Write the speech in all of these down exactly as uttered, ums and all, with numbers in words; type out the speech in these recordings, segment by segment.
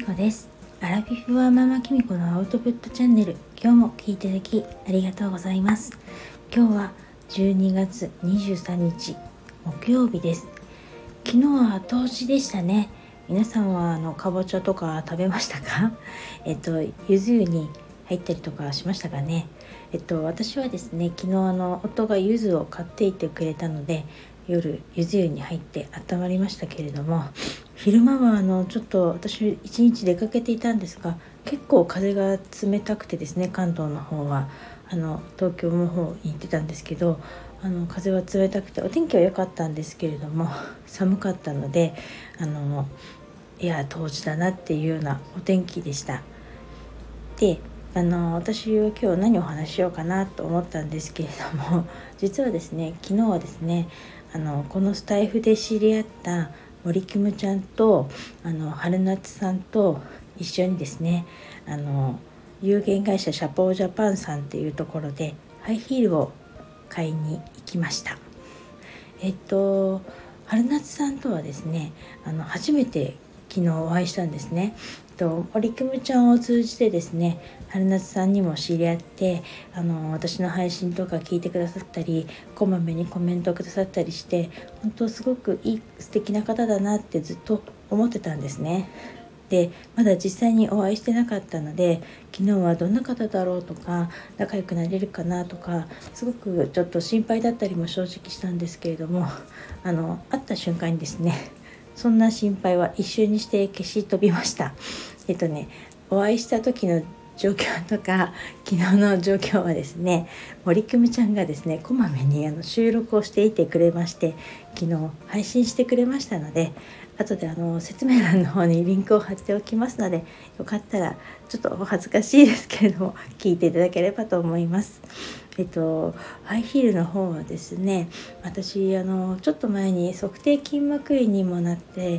みこです。アラフィフはママきみこのアウトプットチャンネル、今日も聞いていただきありがとうございます。今日はじゅうにがつにじゅうさんにち木曜日です。昨日は後押しでしたね。皆さんはあのかぼちゃとか食べましたか？えっとゆず湯に入ったりとかしましたかね。えっと私はですね、昨日あの夫がゆずを買っていてくれたので、夜ゆず湯に入って温まりましたけれども、昼間はあのちょっと私一日出かけていたんですが、結構風が冷たくてですね、関東の方はあの東京の方に行ってたんですけど、あの風は冷たくてお天気は良かったんですけれども、寒かったので、あのいや冬至だなっていうようなお天気でした。であの私は今日何をお話ししようかなと思ったんですけれども、実はですね、昨日はですね、あのこのスタイフで知り合った森キムちゃんとあの春夏さんと一緒にですね、あの有限会社シャポージャパンさんっていうところでハイヒールを買いに行きました。えっと春夏さんとはですね、あの初めて昨日お会いしたんですね。と森キムちゃんを通じてですね、春夏さんにも知り合って、あの私の配信とか聞いてくださったり、こまめにコメントくださったりして、本当すごくいい素敵な方だなってずっと思ってたんですね。でまだ実際にお会いしてなかったので、昨日はどんな方だろうとか、仲良くなれるかなとか、すごくちょっと心配だったりも正直したんですけれども、あの会った瞬間にですね、そんな心配は一瞬にして消し飛びました。えっとねお会いした時の状況とか昨日の状況はですね、森久美ちゃんがですねこまめにあの収録をしていてくれまして、昨日配信してくれましたので、後であの説明欄の方にリンクを貼っておきますので、よかったらちょっとお恥ずかしいですけれども聞いていただければと思います。えっとハイヒールの方はですね、私あのちょっと前に足底筋膜炎にもなって、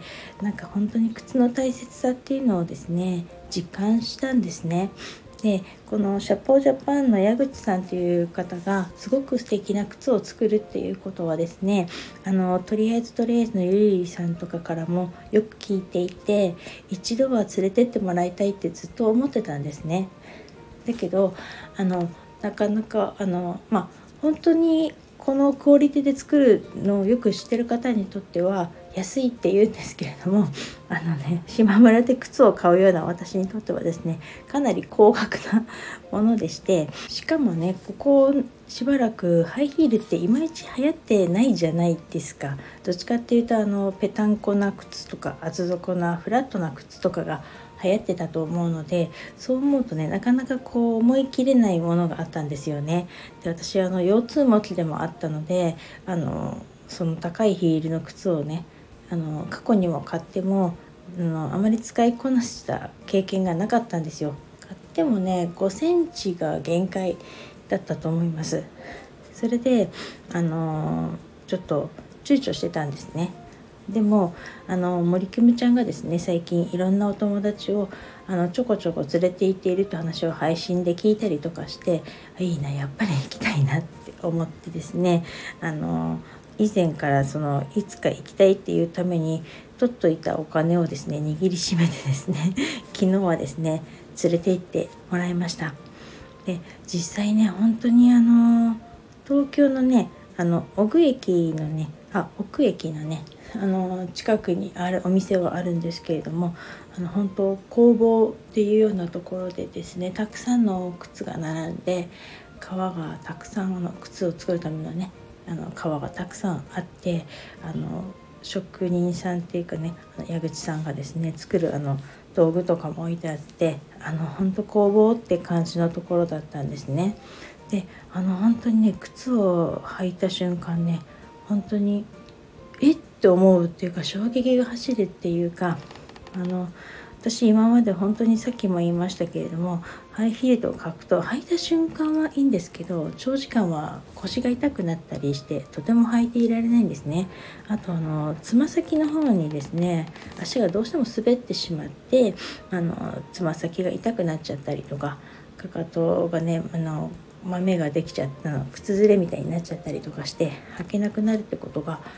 なんか本当に靴の大切さっていうのをですね実感したんですね。でこのシャポージャパンの矢口さんという方がすごく素敵な靴を作るっていうことはですね、あのとりあえずとりあえずのゆりりさんとかからもよく聞いていて、一度は連れてってもらいたいってずっと思ってたんですね。だけどあのなかなかあのまあ本当にこのクオリティで作るのをよく知ってる方にとっては安いって言うんですけれども、あのね島村で靴を買うような私にとってはですね、かなり高額なものでして、しかもねここしばらくハイヒールっていまいち流行ってないじゃないですか。どっちかっていうとあのペタンコな靴とか厚底なフラットな靴とかが流行ってたと思うので、そう思うとねなかなかこう思い切れないものがあったんですよね。で私あの腰痛持ちでもあったので、あのその高いヒールの靴をね、あの過去にも買ってもあのあまり使いこなした経験がなかったんですよ。買ってもねごセンチが限界だったと思います。それであのちょっと躊躇してたんですね。でもあの森久美ちゃんがですね、最近いろんなお友達をあのちょこちょこ連れて行っているという話を配信で聞いたりとかして、いいなやっぱり行きたいなって思ってですね、あの以前からそのいつか行きたいっていうために取っといたお金をですね握りしめてですね昨日はですね連れて行ってもらいました。で実際ね本当にあの東京のねあの小久駅のねあ奥駅のねあの近くにあるお店はあるんですけれども、あの本当工房っていうようなところでですね、たくさんの靴が並んで、革がたくさんあの靴を作るためのねあの革がたくさんあって、あの職人さんっていうかね、矢口さんがですね作るあの道具とかも置いてあって、あの本当工房って感じのところだったんですね。であの本当にね靴を履いた瞬間ね、本当にえって思うっていうか衝撃が走るっていうか、あの私今まで本当にさっきも言いましたけれども、ハイヒールを履くと履いた瞬間はいいんですけど、長時間は腰が痛くなったりしてとても履いていられないんですね。あとあのつま先の方にですね足がどうしても滑ってしまって、あのつま先が痛くなっちゃったりとか、かかとがねあの豆ができちゃったの靴ずれみたいになっちゃったりとかして履けなくなるってことが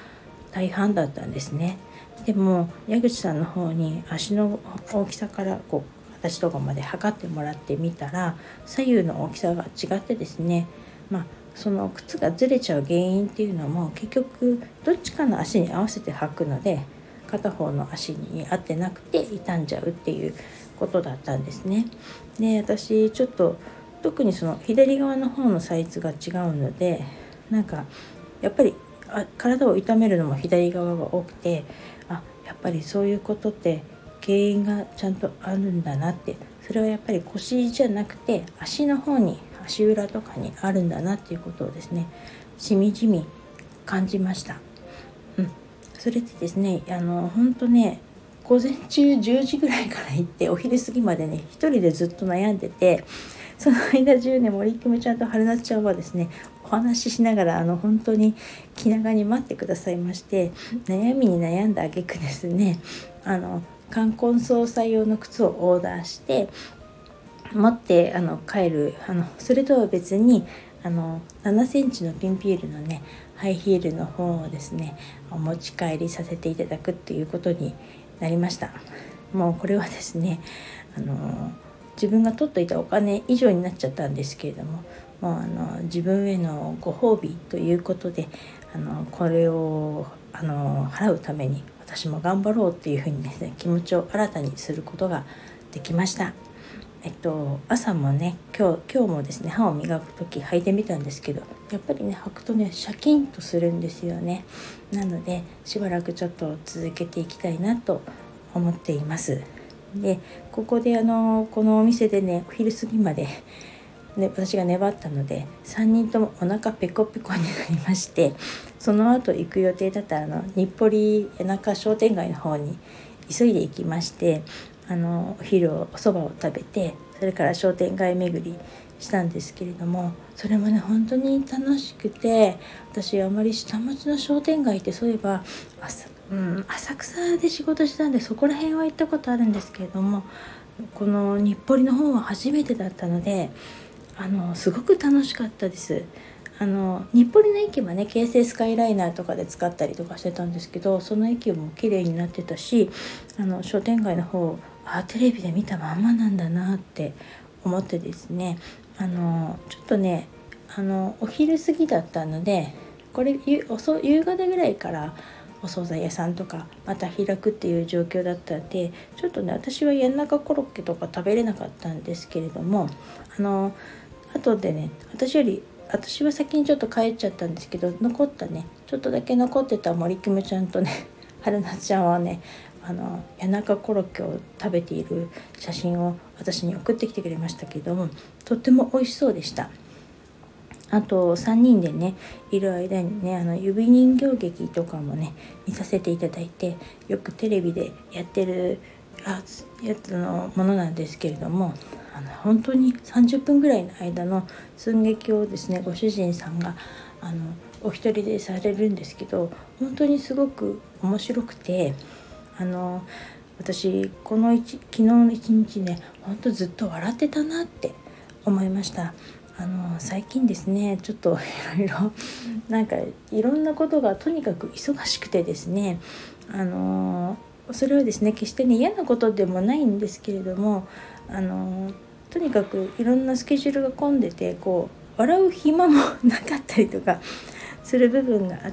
大半だったんですね。でも矢口さんの方に足の大きさからこう形とかまで測ってもらってみたら、左右の大きさが違ってですね、まあその靴がずれちゃう原因っていうのも結局どっちかの足に合わせて履くので、片方の足に合ってなくて傷んじゃうっていうことだったんですね。で、私ちょっと特にその左側の方のサイズが違うので、なんかやっぱりあ体を痛めるのも左側が多くて、あやっぱりそういうことって原因がちゃんとあるんだなって、それはやっぱり腰じゃなくて足の方に、足裏とかにあるんだなっていうことをですね、しみじみ感じました。うん、それでですね、あの本当ね、午前中じゅうじぐらいから行ってお昼過ぎまでね一人でずっと悩んでて、その間中ね森久美ちゃんと春夏ちゃんはですねお話ししながらあの本当に気長に待ってくださいまして、悩みに悩んだ挙句ですね、あの冠婚葬祭用の靴をオーダーして持ってあの帰る、あのそれとは別にあのななセンチのピンピールのねハイヒールの方をですねお持ち帰りさせていただくっていうことになりました。もうこれはですね、あの自分が取っといたお金以上になっちゃったんですけれども、もうあの自分へのご褒美ということで、あのこれをあの払うために私も頑張ろうっていうふうにですね、気持ちを新たにすることができました。えっと、朝もね今日今日もですね歯を磨く時履いてみたんですけど、やっぱりね履くとねシャキンとするんですよね。なのでしばらくちょっと続けていきたいなと思っています。でここであのこのお店でねお昼過ぎまで、ね、私が粘ったのでさんにんともお腹ペコペコになりまして、その後行く予定だったあの日暮里谷中商店街の方に急いで行きまして、あのお昼をおそばを食べて、それから商店街巡りしたんですけれども、それもね本当に楽しくて、私あまり下町の商店街ってそういえば朝、うん、浅草で仕事したんでそこら辺は行ったことあるんですけれども、この日暮里の方は初めてだったので、あのすごく楽しかったです。あの日暮里の駅はね京成スカイライナーとかで使ったりとかしてたんですけど、その駅も綺麗になってたし、あの商店街の方あテレビで見たまんまなんだなって思ってですね、あのちょっとねあのお昼過ぎだったので、これ夕夕方ぐらいからお惣菜屋さんとかまた開くっていう状況だったんで、ちょっとね私は谷中コロッケとか食べれなかったんですけれども、あの後でね私より私は先にちょっと帰っちゃったんですけど、残ったねちょっとだけ残ってた森久美ちゃんとね春夏ちゃんはねあの谷中コロッケを食べている写真を私に送ってきてくれましたけども、とっても美味しそうでした。あとさんにんでねいる間にねあの指人形劇とかもね見させていただいて、よくテレビでやってるあやつのものなんですけれども、あの本当にさんじゅっぷんぐらいの間の寸劇をですねご主人さんがあのお一人でされるんですけど、本当にすごく面白くて、あの私この一昨日の一日ね本当ずっと笑ってたなって思いました。あの最近ですねちょっといろいろなんかいろんなことがとにかく忙しくてですね、あのそれはですね決してね嫌なことでもないんですけれども、あのとにかくいろんなスケジュールが混んでて、こう笑う暇もなかったりとかする部分があって、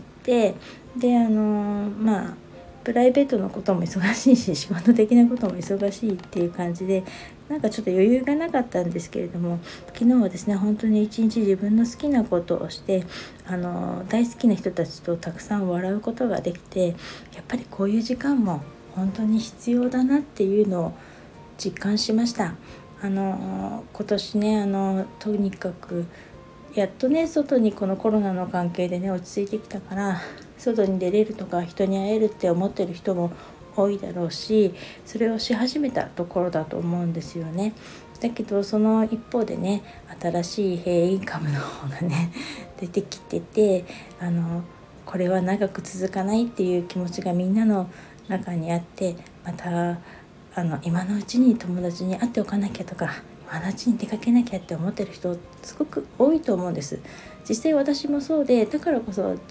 であのまあプライベートのことも忙しいし仕事的なことも忙しいっていう感じで、なんかちょっと余裕がなかったんですけれども、昨日はですね本当に一日自分の好きなことをして、あの大好きな人たちとたくさん笑うことができて、やっぱりこういう時間も本当に必要だなっていうのを実感しました。あの今年ねあのとにかくやっとね外にこのコロナの関係でね落ち着いてきたから外に出れるとか人に会えるって思ってる人も多いだろうし、それをし始めたところだと思うんですよね。だけどその一方でね新しい変異株の方がね出てきてて、あのこれは長く続かないっていう気持ちがみんなの中にあって、またあの今のうちに友達に会っておかなきゃとか今のうちに出かけなきゃって思ってる人すごく多いと思うんです。実際私もそうで、だからこそ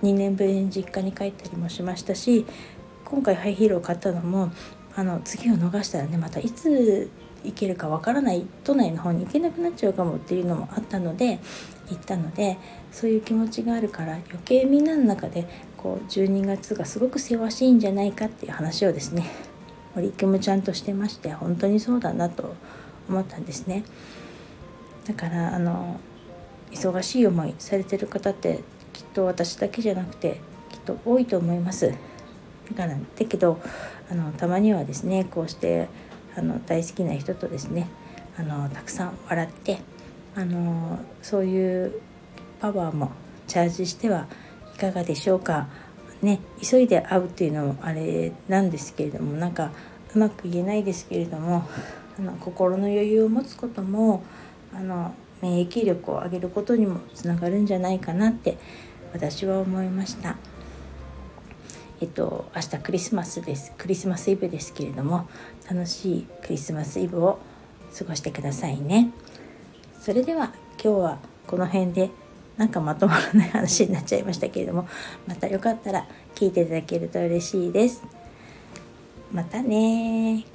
にねんぶりに実家に帰ったりもしましたし、今回ハイヒールを買ったのもあの次を逃したらねまたいつ行けるかわからない、都内の方に行けなくなっちゃうかもっていうのもあったので行ったので、そういう気持ちがあるから余計みんなの中でこうじゅうにがつがすごくせわしいんじゃないかっていう話をですね森くもちゃんとしてまして、本当にそうだなと思ったんですね。だからあの忙しい思いされてる方ってきっと私だけじゃなくてきっと多いと思います。だからだけどあのたまにはですねこうしてあの大好きな人とですねあのたくさん笑ってあのそういうパワーもチャージしてはいかがでしょうかね。急いで会うっていうのもあれなんですけれども、なんかうまく言えないですけれども、あの心の余裕を持つこともあの免疫力を上げることにもつながるんじゃないかなって私は思いました。えっと明日クリスマスです。クリスマスイブですけれども、楽しいクリスマスイブを過ごしてくださいね。それでは今日はこの辺で、なんかまとまらない話になっちゃいましたけれども、またよかったら聞いていただけると嬉しいです。またね。